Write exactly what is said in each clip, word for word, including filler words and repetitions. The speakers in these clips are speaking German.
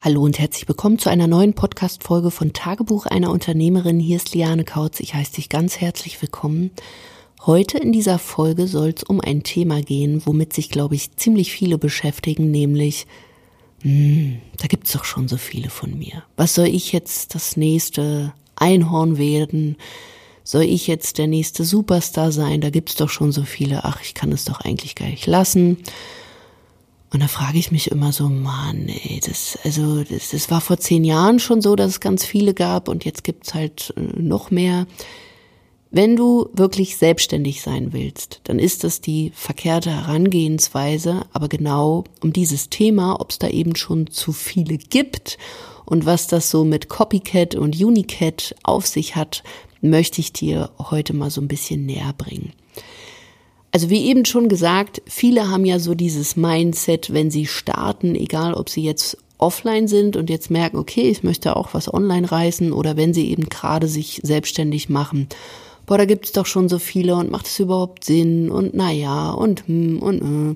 Hallo und herzlich willkommen zu einer neuen Podcast-Folge von Tagebuch einer Unternehmerin. Hier ist Liane Kautz. Ich heiße dich ganz herzlich willkommen. Heute in dieser Folge soll es um ein Thema gehen, womit sich, glaube ich, ziemlich viele beschäftigen, nämlich, hm, da gibt es doch schon so viele von mir. Was soll ich jetzt das nächste Einhorn werden? Soll ich jetzt der nächste Superstar sein? Da gibt es doch schon so viele. Ach, ich kann es doch eigentlich gar nicht lassen. Und da frage ich mich immer so, Mann, ey, das, also, das, das war vor zehn Jahren schon so, dass es ganz viele gab und jetzt gibt's halt noch mehr. Wenn du wirklich selbstständig sein willst, dann ist das die verkehrte Herangehensweise, aber genau um dieses Thema, ob es da eben schon zu viele gibt und was das so mit Copycat und Unicat auf sich hat, möchte ich dir heute mal so ein bisschen näher bringen. Also wie eben schon gesagt, viele haben ja so dieses Mindset, wenn sie starten, egal ob sie jetzt offline sind und jetzt merken, okay, ich möchte auch was online reißen, oder wenn sie eben gerade sich selbstständig machen. Boah, da gibt's doch schon so viele und macht es überhaupt Sinn und naja und hm und äh.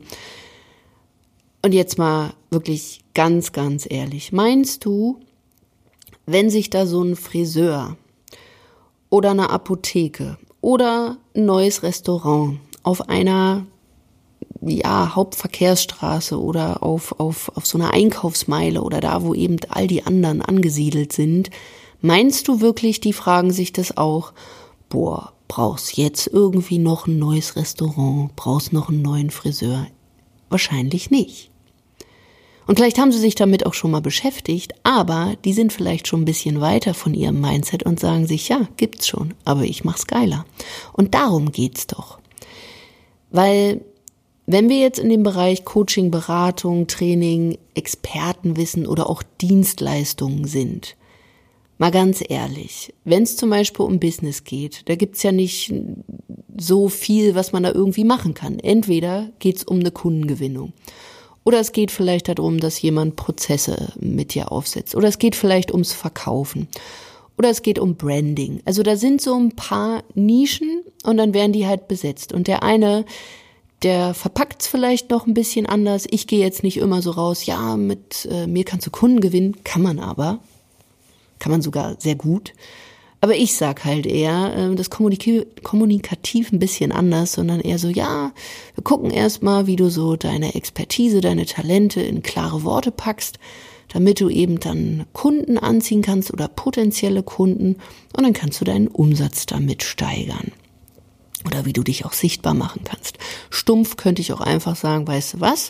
Und jetzt mal wirklich ganz, ganz ehrlich, meinst du, wenn sich da so ein Friseur oder eine Apotheke oder ein neues Restaurant auf einer ja, Hauptverkehrsstraße oder auf, auf, auf so einer Einkaufsmeile oder da, wo eben all die anderen angesiedelt sind, meinst du wirklich, die fragen sich das auch, boah, brauchst jetzt irgendwie noch ein neues Restaurant, brauchst noch einen neuen Friseur? Wahrscheinlich nicht. Und vielleicht haben sie sich damit auch schon mal beschäftigt, aber die sind vielleicht schon ein bisschen weiter von ihrem Mindset und sagen sich, ja, gibt's schon, aber ich mach's geiler. Und darum geht's doch. Weil wenn wir jetzt in dem Bereich Coaching, Beratung, Training, Expertenwissen oder auch Dienstleistungen sind, mal ganz ehrlich, wenn es zum Beispiel um Business geht, da gibt's ja nicht so viel, was man da irgendwie machen kann. Entweder geht's um eine Kundengewinnung oder es geht vielleicht darum, dass jemand Prozesse mit dir aufsetzt oder es geht vielleicht ums Verkaufen. Oder es geht um Branding. Also da sind so ein paar Nischen und dann werden die halt besetzt. Und der eine, der verpackt es vielleicht noch ein bisschen anders. Ich gehe jetzt nicht immer so raus, ja, mit äh, mir kannst du Kunden gewinnen. Kann man aber. Kann man sogar sehr gut. Aber ich sag halt eher, äh, das kommunik- kommunikativ ein bisschen anders, sondern eher so, ja, wir gucken erstmal, wie du so deine Expertise, deine Talente in klare Worte packst, damit du eben dann Kunden anziehen kannst oder potenzielle Kunden und dann kannst du deinen Umsatz damit steigern. Oder wie du dich auch sichtbar machen kannst. Stumpf könnte ich auch einfach sagen, weißt du was?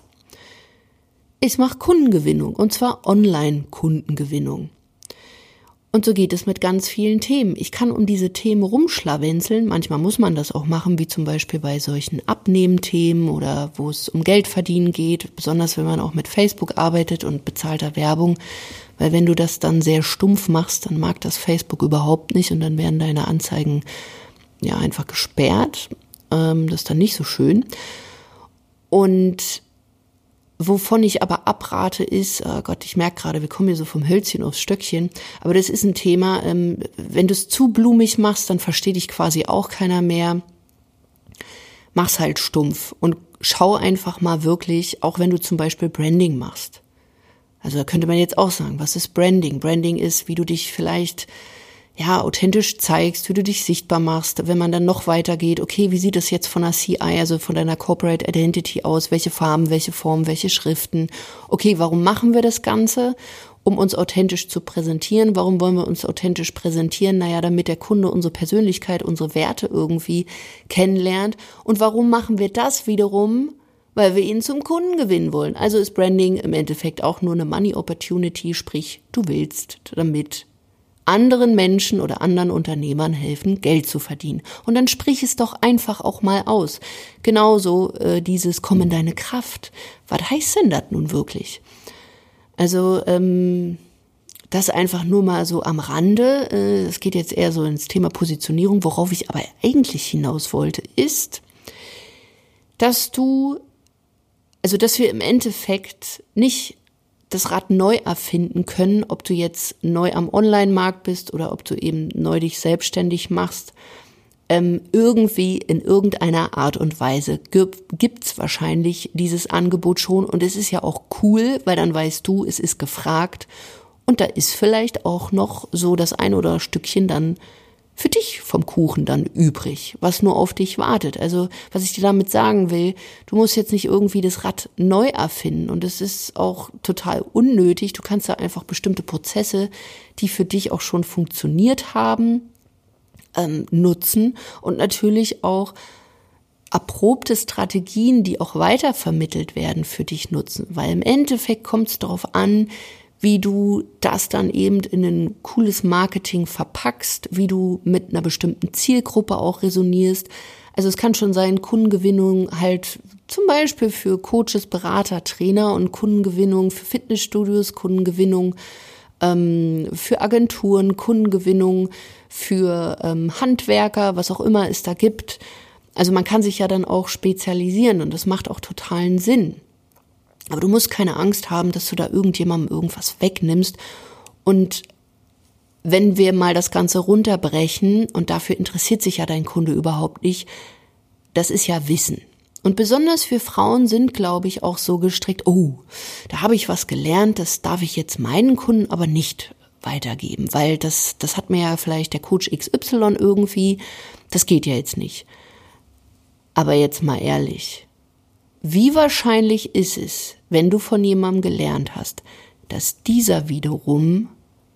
Ich mache Kundengewinnung und zwar Online-Kundengewinnung. Und so geht es mit ganz vielen Themen. Ich kann um diese Themen rumschlawenzeln. Manchmal muss man das auch machen, wie zum Beispiel bei solchen Abnehmthemen oder wo es um Geld verdienen geht. Besonders wenn man auch mit Facebook arbeitet und bezahlter Werbung. Weil wenn du das dann sehr stumpf machst, dann mag das Facebook überhaupt nicht und dann werden deine Anzeigen ja einfach gesperrt. Ähm, das ist dann nicht so schön. Und wovon ich aber abrate ist, oh Gott, ich merke gerade, wir kommen hier so vom Hölzchen aufs Stöckchen, aber das ist ein Thema, ähm, wenn du es zu blumig machst, dann versteht dich quasi auch keiner mehr. Mach's halt stumpf und schau einfach mal wirklich, auch wenn du zum Beispiel Branding machst. Also da könnte man jetzt auch sagen, was ist Branding? Branding ist, wie du dich vielleicht ja authentisch zeigst, wie du dich sichtbar machst, wenn man dann noch weiter geht, okay, wie sieht das jetzt von der C I, also von deiner Corporate Identity aus, welche Farben, welche Formen, welche Schriften, okay, warum machen wir das Ganze? Um uns authentisch zu präsentieren. Warum wollen wir uns authentisch präsentieren? Naja, damit der Kunde unsere Persönlichkeit, unsere Werte irgendwie kennenlernt. Und warum machen wir das wiederum? Weil wir ihn zum Kunden gewinnen wollen. Also ist Branding im Endeffekt auch nur eine Money Opportunity, sprich, du willst damit anderen Menschen oder anderen Unternehmern helfen, Geld zu verdienen. Und dann sprich es doch einfach auch mal aus. Genauso äh, dieses Komm in deine Kraft. Was heißt denn das nun wirklich? Also ähm, das einfach nur mal so am Rande. Es äh, geht jetzt eher so ins Thema Positionierung. Worauf ich aber eigentlich hinaus wollte, ist, dass du, also dass wir im Endeffekt nicht das Rad neu erfinden können, ob du jetzt neu am Online-Markt bist oder ob du eben neu dich selbstständig machst, ähm, irgendwie in irgendeiner Art und Weise gibt's wahrscheinlich dieses Angebot schon und es ist ja auch cool, weil dann weißt du, es ist gefragt und da ist vielleicht auch noch so das ein oder Stückchen dann für dich vom Kuchen dann übrig, was nur auf dich wartet. Also was ich dir damit sagen will, du musst jetzt nicht irgendwie das Rad neu erfinden und es ist auch total unnötig. Du kannst da einfach bestimmte Prozesse, die für dich auch schon funktioniert haben, ähm, nutzen und natürlich auch erprobte Strategien, die auch weitervermittelt werden, für dich nutzen. Weil im Endeffekt kommt es darauf an, wie du das dann eben in ein cooles Marketing verpackst, wie du mit einer bestimmten Zielgruppe auch resonierst. Also es kann schon sein, Kundengewinnung halt zum Beispiel für Coaches, Berater, Trainer und Kundengewinnung für Fitnessstudios, Kundengewinnung ähm, für Agenturen, Kundengewinnung für ähm, Handwerker, was auch immer es da gibt. Also man kann sich ja dann auch spezialisieren und das macht auch totalen Sinn. Aber du musst keine Angst haben, dass du da irgendjemandem irgendwas wegnimmst. Und wenn wir mal das Ganze runterbrechen, und dafür interessiert sich ja dein Kunde überhaupt nicht, das ist ja Wissen. Und besonders wir Frauen sind, glaube ich, auch so gestrickt, oh, da habe ich was gelernt, das darf ich jetzt meinen Kunden aber nicht weitergeben, weil das, das hat mir ja vielleicht der Coach X Y irgendwie, das geht ja jetzt nicht. Aber jetzt mal ehrlich, wie wahrscheinlich ist es, wenn du von jemandem gelernt hast, dass dieser wiederum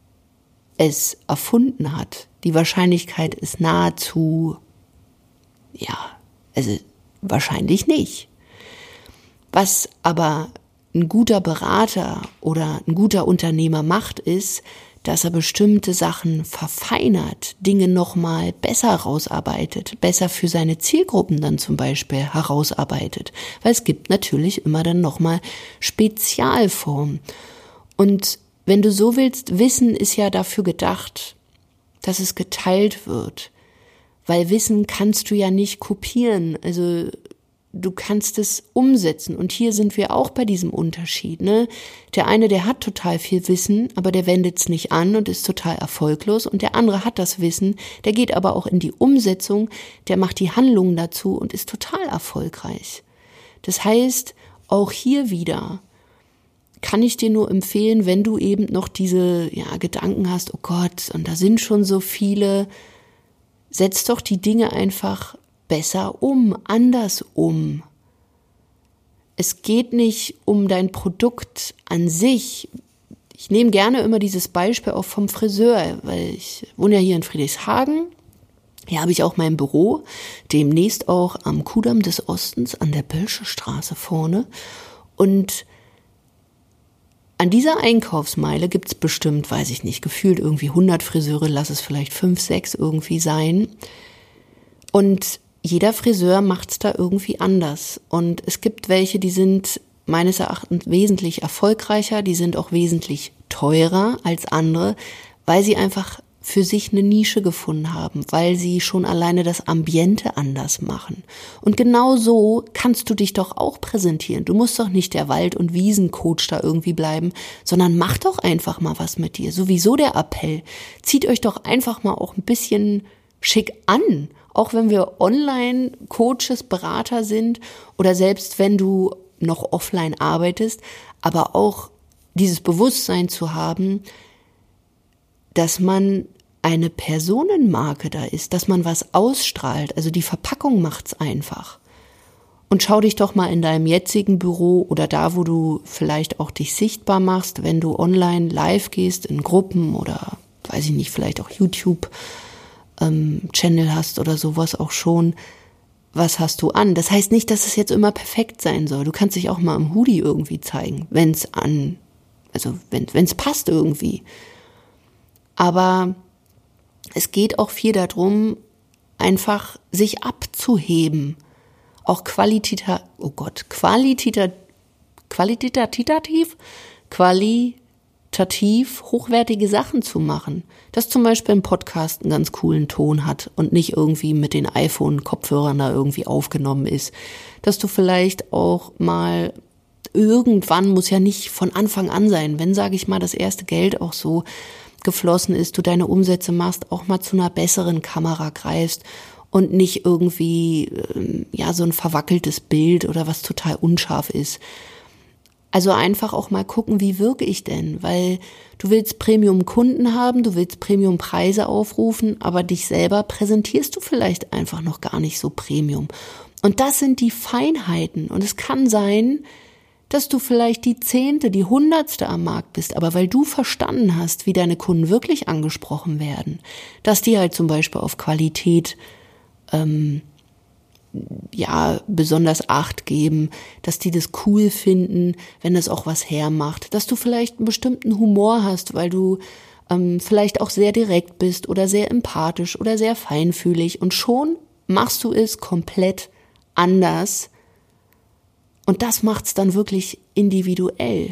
es erfunden hat? Die Wahrscheinlichkeit ist nahezu, ja, also wahrscheinlich nicht. Was aber ein guter Berater oder ein guter Unternehmer macht, ist, dass er bestimmte Sachen verfeinert, Dinge nochmal besser rausarbeitet, besser für seine Zielgruppen dann zum Beispiel herausarbeitet. Weil es gibt natürlich immer dann nochmal Spezialformen. Und wenn du so willst, Wissen ist ja dafür gedacht, dass es geteilt wird. Weil Wissen kannst du ja nicht kopieren. Also du kannst es umsetzen. Und hier sind wir auch bei diesem Unterschied, ne? Der eine, der hat total viel Wissen, aber der wendet es nicht an und ist total erfolglos. Und der andere hat das Wissen, der geht aber auch in die Umsetzung, der macht die Handlungen dazu und ist total erfolgreich. Das heißt, auch hier wieder kann ich dir nur empfehlen, wenn du eben noch diese ja, Gedanken hast, oh Gott, und da sind schon so viele, setz doch die Dinge einfach besser um, anders um. Es geht nicht um dein Produkt an sich. Ich nehme gerne immer dieses Beispiel auch vom Friseur, weil ich wohne ja hier in Friedrichshagen. Hier habe ich auch mein Büro, demnächst auch am Kudamm des Ostens an der Bölsche Straße vorne. Und an dieser Einkaufsmeile gibt es bestimmt, weiß ich nicht, gefühlt irgendwie hundert Friseure, lass es vielleicht fünf, sechs irgendwie sein. Und jeder Friseur macht's da irgendwie anders. Und es gibt welche, die sind meines Erachtens wesentlich erfolgreicher, die sind auch wesentlich teurer als andere, weil sie einfach für sich eine Nische gefunden haben, weil sie schon alleine das Ambiente anders machen. Und genau so kannst du dich doch auch präsentieren. Du musst doch nicht der Wald- und Wiesencoach da irgendwie bleiben, sondern mach doch einfach mal was mit dir. Sowieso der Appell. Zieht euch doch einfach mal auch ein bisschen schick an. Auch wenn wir Online-Coaches, Berater sind oder selbst wenn du noch offline arbeitest, aber auch dieses Bewusstsein zu haben, dass man eine Personenmarke da ist, dass man was ausstrahlt. Also die Verpackung macht's einfach. Und schau dich doch mal in deinem jetzigen Büro oder da, wo du vielleicht auch dich sichtbar machst, wenn du online live gehst in Gruppen oder, weiß ich nicht, vielleicht auch YouTube ähm, Channel hast oder sowas auch schon. Was hast du an? Das heißt nicht, dass es jetzt immer perfekt sein soll. Du kannst dich auch mal im Hoodie irgendwie zeigen, wenn es an, also wenn wenn es passt irgendwie. Aber es geht auch viel darum, einfach sich abzuheben, auch qualitativ, oh Gott, qualitativ, qualitativ, qualitativ hochwertige Sachen zu machen. Dass zum Beispiel ein Podcast einen ganz coolen Ton hat und nicht irgendwie mit den iPhone-Kopfhörern da irgendwie aufgenommen ist. Dass du vielleicht auch mal irgendwann, muss ja nicht von Anfang an sein, wenn, sage ich mal, das erste Geld auch so geflossen ist, du deine Umsätze machst, auch mal zu einer besseren Kamera greifst und nicht irgendwie ja so ein verwackeltes Bild oder was total unscharf ist. Also einfach auch mal gucken, wie wirke ich denn? Weil du willst Premium-Kunden haben, du willst Premium-Preise aufrufen, aber dich selber präsentierst du vielleicht einfach noch gar nicht so Premium. Und das sind die Feinheiten. Und es kann sein, dass du vielleicht die Zehnte, die Hundertste am Markt bist, aber weil du verstanden hast, wie deine Kunden wirklich angesprochen werden, dass die halt zum Beispiel auf Qualität ähm, ja besonders Acht geben, dass die das cool finden, wenn das auch was hermacht, dass du vielleicht einen bestimmten Humor hast, weil du ähm, vielleicht auch sehr direkt bist oder sehr empathisch oder sehr feinfühlig und schon machst du es komplett anders und das macht's dann wirklich individuell.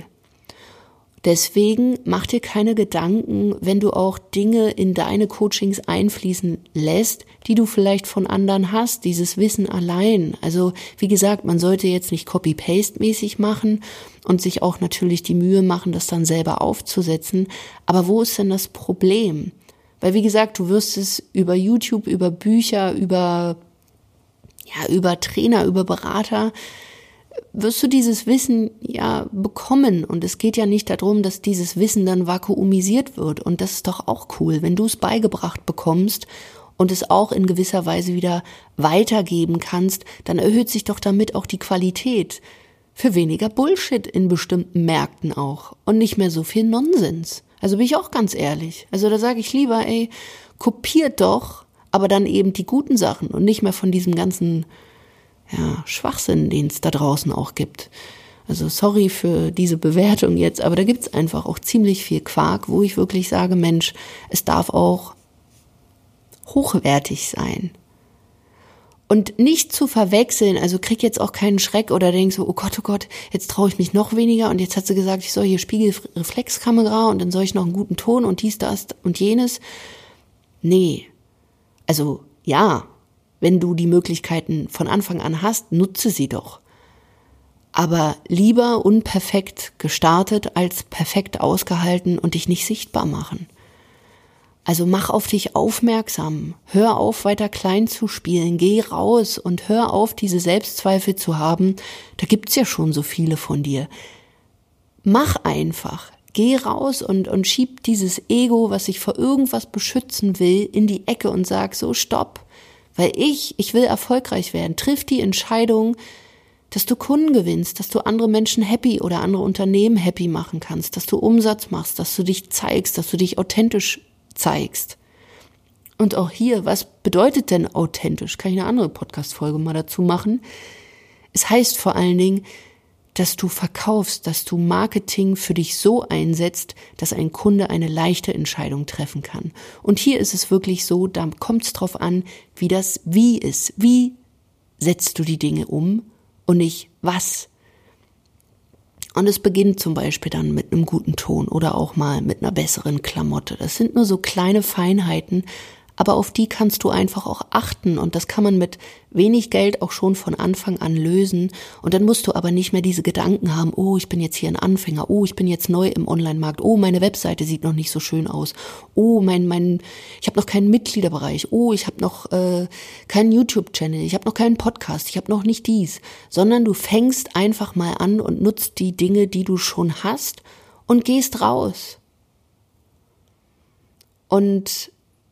Deswegen mach dir keine Gedanken, wenn du auch Dinge in deine Coachings einfließen lässt, die du vielleicht von anderen hast, dieses Wissen allein. Also wie gesagt, man sollte jetzt nicht Copy-Paste-mäßig machen und sich auch natürlich die Mühe machen, das dann selber aufzusetzen. Aber wo ist denn das Problem? Weil wie gesagt, du wirst es über YouTube, über Bücher, über, ja, über Trainer, über Berater, wirst du dieses Wissen ja bekommen und es geht ja nicht darum, dass dieses Wissen dann vakuumisiert wird und das ist doch auch cool, wenn du es beigebracht bekommst und es auch in gewisser Weise wieder weitergeben kannst, dann erhöht sich doch damit auch die Qualität für weniger Bullshit in bestimmten Märkten auch und nicht mehr so viel Nonsens. Also bin ich auch ganz ehrlich. Also da sage ich lieber, ey, kopiert doch, aber dann eben die guten Sachen und nicht mehr von diesem ganzen ja, Schwachsinn, den es da draußen auch gibt. Also sorry für diese Bewertung jetzt, aber da gibt's einfach auch ziemlich viel Quark, wo ich wirklich sage, Mensch, es darf auch hochwertig sein. Und nicht zu verwechseln, also krieg jetzt auch keinen Schreck oder denk so, oh Gott, oh Gott, jetzt traue ich mich noch weniger und jetzt hat sie gesagt, ich soll hier Spiegelreflexkamera und dann soll ich noch einen guten Ton und dies, das und jenes. Nee, also ja, wenn du die Möglichkeiten von Anfang an hast, nutze sie doch. Aber lieber unperfekt gestartet als perfekt ausgehalten und dich nicht sichtbar machen. Also mach auf dich aufmerksam. Hör auf, weiter klein zu spielen. Geh raus und hör auf, diese Selbstzweifel zu haben. Da gibt's ja schon so viele von dir. Mach einfach. Geh raus und, und schieb dieses Ego, was sich vor irgendwas beschützen will, in die Ecke und sag so, stopp. Weil ich, ich will erfolgreich werden. Triff die Entscheidung, dass du Kunden gewinnst, dass du andere Menschen happy oder andere Unternehmen happy machen kannst, dass du Umsatz machst, dass du dich zeigst, dass du dich authentisch zeigst. Und auch hier, was bedeutet denn authentisch? Kann ich eine andere Podcast-Folge mal dazu machen? Es heißt vor allen Dingen, dass du verkaufst, dass du Marketing für dich so einsetzt, dass ein Kunde eine leichte Entscheidung treffen kann. Und hier ist es wirklich so, da kommt es drauf an, wie das Wie ist. Wie setzt du die Dinge um und nicht was? Und es beginnt zum Beispiel dann mit einem guten Ton oder auch mal mit einer besseren Klamotte. Das sind nur so kleine Feinheiten, aber auf die kannst du einfach auch achten und das kann man mit wenig Geld auch schon von Anfang an lösen und dann musst du aber nicht mehr diese Gedanken haben, oh, ich bin jetzt hier ein Anfänger, oh, ich bin jetzt neu im Online-Markt, oh, meine Webseite sieht noch nicht so schön aus, oh, mein, mein, ich habe noch keinen Mitgliederbereich, oh, ich habe noch äh, keinen YouTube-Channel, ich habe noch keinen Podcast, ich habe noch nicht dies, sondern du fängst einfach mal an und nutzt die Dinge, die du schon hast und gehst raus. Und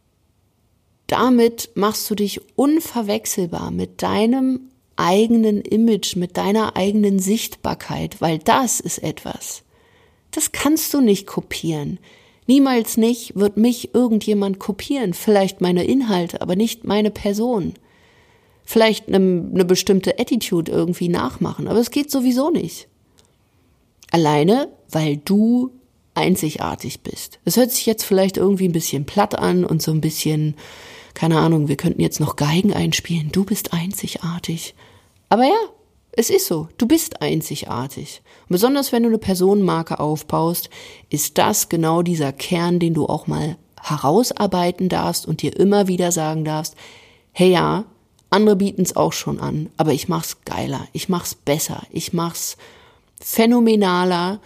damit machst du dich unverwechselbar mit deinem eigenen Image, mit deiner eigenen Sichtbarkeit, weil das ist etwas, das kannst du nicht kopieren. Niemals nicht wird mich irgendjemand kopieren, vielleicht meine Inhalte, aber nicht meine Person. Vielleicht eine, eine bestimmte Attitude irgendwie nachmachen, aber es geht sowieso nicht. Alleine, weil du einzigartig bist. Das hört sich jetzt vielleicht irgendwie ein bisschen platt an und so ein bisschen, keine Ahnung, wir könnten jetzt noch Geigen einspielen. Du bist einzigartig. Aber ja, es ist so. Du bist einzigartig. Und besonders wenn du eine Personenmarke aufbaust, ist das genau dieser Kern, den du auch mal herausarbeiten darfst und dir immer wieder sagen darfst, hey ja, andere bieten es auch schon an, aber ich mach's geiler, ich mach's besser, ich mach's phänomenaler.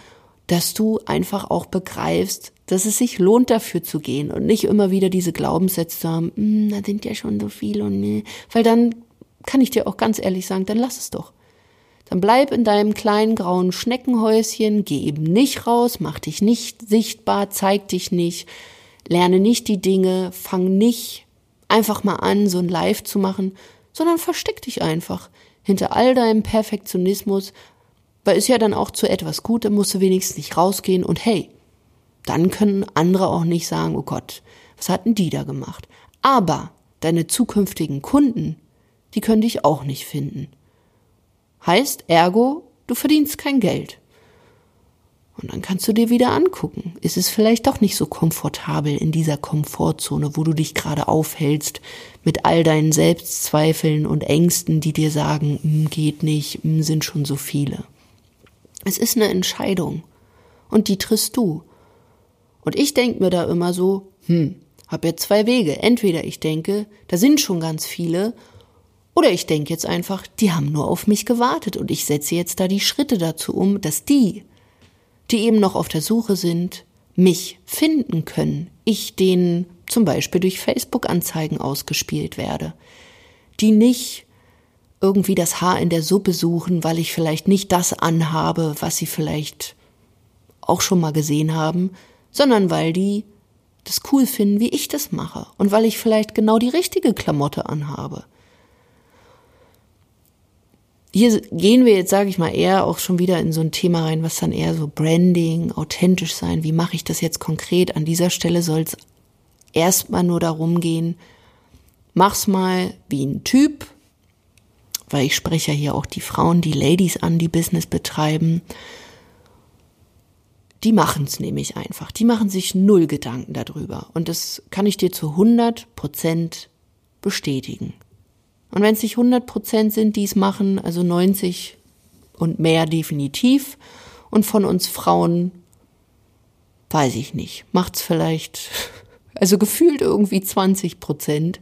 dass du einfach auch begreifst, dass es sich lohnt, dafür zu gehen und nicht immer wieder diese Glaubenssätze zu haben, hm, da sind ja schon so viele und nee. Weil dann kann ich dir auch ganz ehrlich sagen, dann lass es doch. Dann bleib in deinem kleinen grauen Schneckenhäuschen, geh eben nicht raus, mach dich nicht sichtbar, zeig dich nicht, lerne nicht die Dinge, fang nicht einfach mal an, so ein Live zu machen, sondern versteck dich einfach hinter all deinem Perfektionismus, weil ist ja dann auch zu etwas gut, dann musst du wenigstens nicht rausgehen und hey, dann können andere auch nicht sagen, oh Gott, was hatten die da gemacht? Aber deine zukünftigen Kunden, die können dich auch nicht finden. Heißt, ergo, du verdienst kein Geld. Und dann kannst du dir wieder angucken, ist es vielleicht doch nicht so komfortabel in dieser Komfortzone, wo du dich gerade aufhältst, mit all deinen Selbstzweifeln und Ängsten, die dir sagen, geht nicht, sind schon so viele. Es ist eine Entscheidung und die triffst du. Und ich denke mir da immer so, hm, hab jetzt zwei Wege. Entweder ich denke, da sind schon ganz viele, oder ich denke jetzt einfach, die haben nur auf mich gewartet und ich setze jetzt da die Schritte dazu um, dass die, die eben noch auf der Suche sind, mich finden können. Ich denen zum Beispiel durch Facebook-Anzeigen ausgespielt werde. Die nicht irgendwie das Haar in der Suppe suchen, weil ich vielleicht nicht das anhabe, was sie vielleicht auch schon mal gesehen haben, sondern weil die das cool finden, wie ich das mache und weil ich vielleicht genau die richtige Klamotte anhabe. Hier gehen wir jetzt, sage ich mal, eher auch schon wieder in so ein Thema rein, was dann eher so Branding, authentisch sein, wie mache ich das jetzt konkret? An dieser Stelle soll es erstmal nur darum gehen, mach's mal wie ein Typ, weil ich spreche ja hier auch die Frauen, die Ladies an, die Business betreiben. Die machen es nämlich einfach. Die machen sich null Gedanken darüber. Und das kann ich dir zu hundert Prozent bestätigen. Und wenn es nicht hundert Prozent sind, die es machen, also neunzig und mehr definitiv. Und von uns Frauen, weiß ich nicht, macht es vielleicht, also gefühlt irgendwie zwanzig Prozent.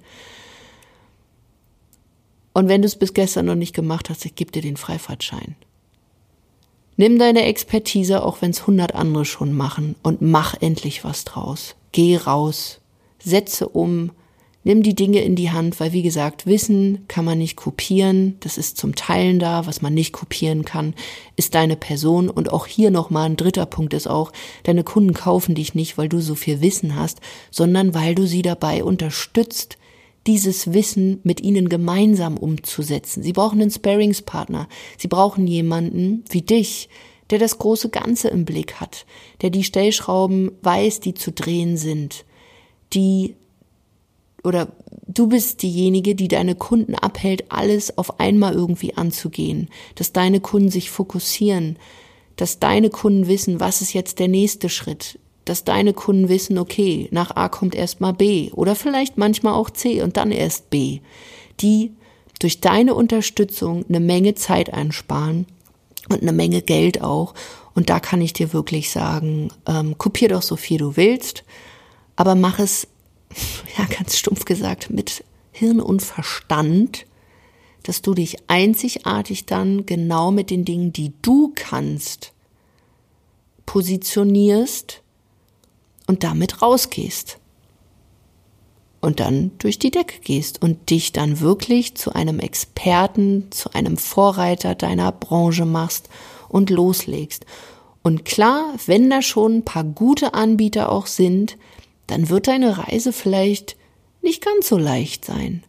Und wenn du es bis gestern noch nicht gemacht hast, ich gebe dir den Freifahrtschein. Nimm deine Expertise, auch wenn es hundert andere schon machen, und mach endlich was draus. Geh raus, setze um, nimm die Dinge in die Hand, weil wie gesagt, Wissen kann man nicht kopieren, das ist zum Teilen da, was man nicht kopieren kann, ist deine Person. Und auch hier nochmal ein dritter Punkt ist auch, deine Kunden kaufen dich nicht, weil du so viel Wissen hast, sondern weil du sie dabei unterstützt, dieses Wissen mit ihnen gemeinsam umzusetzen. Sie brauchen einen Sparringspartner. Sie brauchen jemanden wie dich, der das große Ganze im Blick hat, der die Stellschrauben weiß, die zu drehen sind, die oder du bist diejenige, die deine Kunden abhält, alles auf einmal irgendwie anzugehen, dass deine Kunden sich fokussieren, dass deine Kunden wissen, was ist jetzt der nächste Schritt, dass deine Kunden wissen, okay, nach A kommt erstmal B oder vielleicht manchmal auch C und dann erst B, die durch deine Unterstützung eine Menge Zeit einsparen und eine Menge Geld auch. Und da kann ich dir wirklich sagen, ähm, kopier doch so viel du willst, aber mach es, ja ganz stumpf gesagt, mit Hirn und Verstand, dass du dich einzigartig dann genau mit den Dingen, die du kannst, positionierst und damit rausgehst und dann durch die Decke gehst und dich dann wirklich zu einem Experten, zu einem Vorreiter deiner Branche machst und loslegst. Und klar, wenn da schon ein paar gute Anbieter auch sind, dann wird deine Reise vielleicht nicht ganz so leicht sein.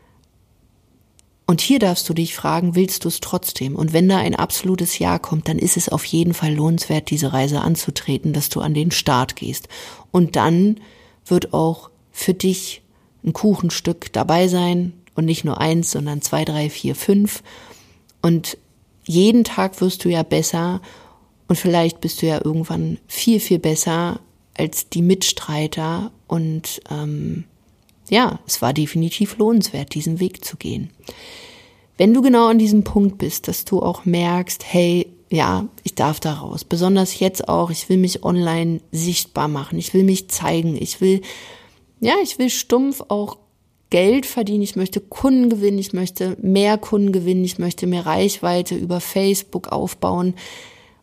Und hier darfst du dich fragen, willst du es trotzdem? Und wenn da ein absolutes Ja kommt, dann ist es auf jeden Fall lohnenswert, diese Reise anzutreten, dass du an den Start gehst. Und dann wird auch für dich ein Kuchenstück dabei sein und nicht nur eins, sondern zwei, drei, vier, fünf. Und jeden Tag wirst du ja besser und vielleicht bist du ja irgendwann viel, viel besser als die Mitstreiter. Und ähm, ja, es war definitiv lohnenswert, diesen Weg zu gehen. Wenn du genau an diesem Punkt bist, dass du auch merkst, hey, ja, ich darf da raus. Besonders jetzt auch, ich will mich online sichtbar machen, ich will mich zeigen, ich will, ja, ich will stumpf auch Geld verdienen, ich möchte Kunden gewinnen, ich möchte mehr Kunden gewinnen, ich möchte mehr Reichweite über Facebook aufbauen.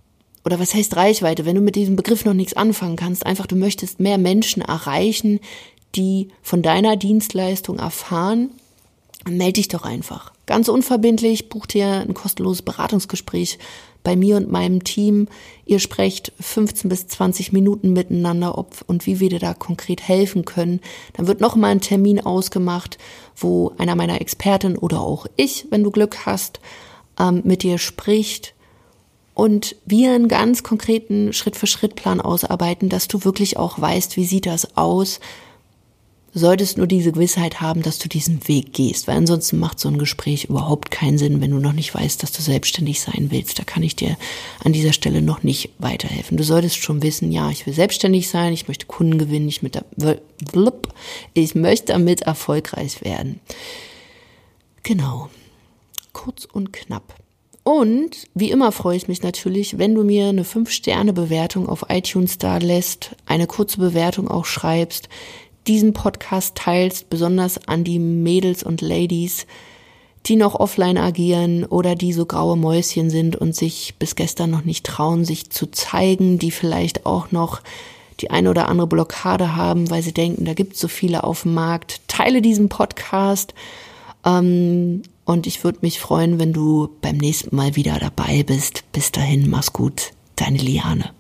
oder was heißt Reichweite, wenn du mit diesem Begriff noch nichts anfangen kannst, einfach du möchtest mehr Menschen erreichen, die von deiner Dienstleistung erfahren, melde dich doch einfach. Ganz unverbindlich, buch dir ein kostenloses Beratungsgespräch bei mir und meinem Team. Ihr sprecht fünfzehn bis zwanzig Minuten miteinander, ob und wie wir dir da konkret helfen können. Dann wird nochmal ein Termin ausgemacht, wo einer meiner Expertinnen oder auch ich, wenn du Glück hast, ähm, mit dir spricht und wir einen ganz konkreten Schritt-für-Schritt-Plan ausarbeiten, dass du wirklich auch weißt, wie sieht das aus. Du solltest nur diese Gewissheit haben, dass du diesen Weg gehst, weil ansonsten macht so ein Gespräch überhaupt keinen Sinn, wenn du noch nicht weißt, dass du selbstständig sein willst. Da kann ich dir an dieser Stelle noch nicht weiterhelfen. Du solltest schon wissen, ja, ich will selbstständig sein, ich möchte Kunden gewinnen, ich, mit, ich möchte damit erfolgreich werden. Genau, kurz und knapp. Und wie immer freue ich mich natürlich, wenn du mir eine fünf Sterne Bewertung auf iTunes da lässt, eine kurze Bewertung auch schreibst, diesen Podcast teilst, besonders an die Mädels und Ladies, die noch offline agieren oder die so graue Mäuschen sind und sich bis gestern noch nicht trauen, sich zu zeigen, die vielleicht auch noch die eine oder andere Blockade haben, weil sie denken, da gibt es so viele auf dem Markt. Teile diesen Podcast ähm, und ich würde mich freuen, wenn du beim nächsten Mal wieder dabei bist. Bis dahin, mach's gut, deine Liane.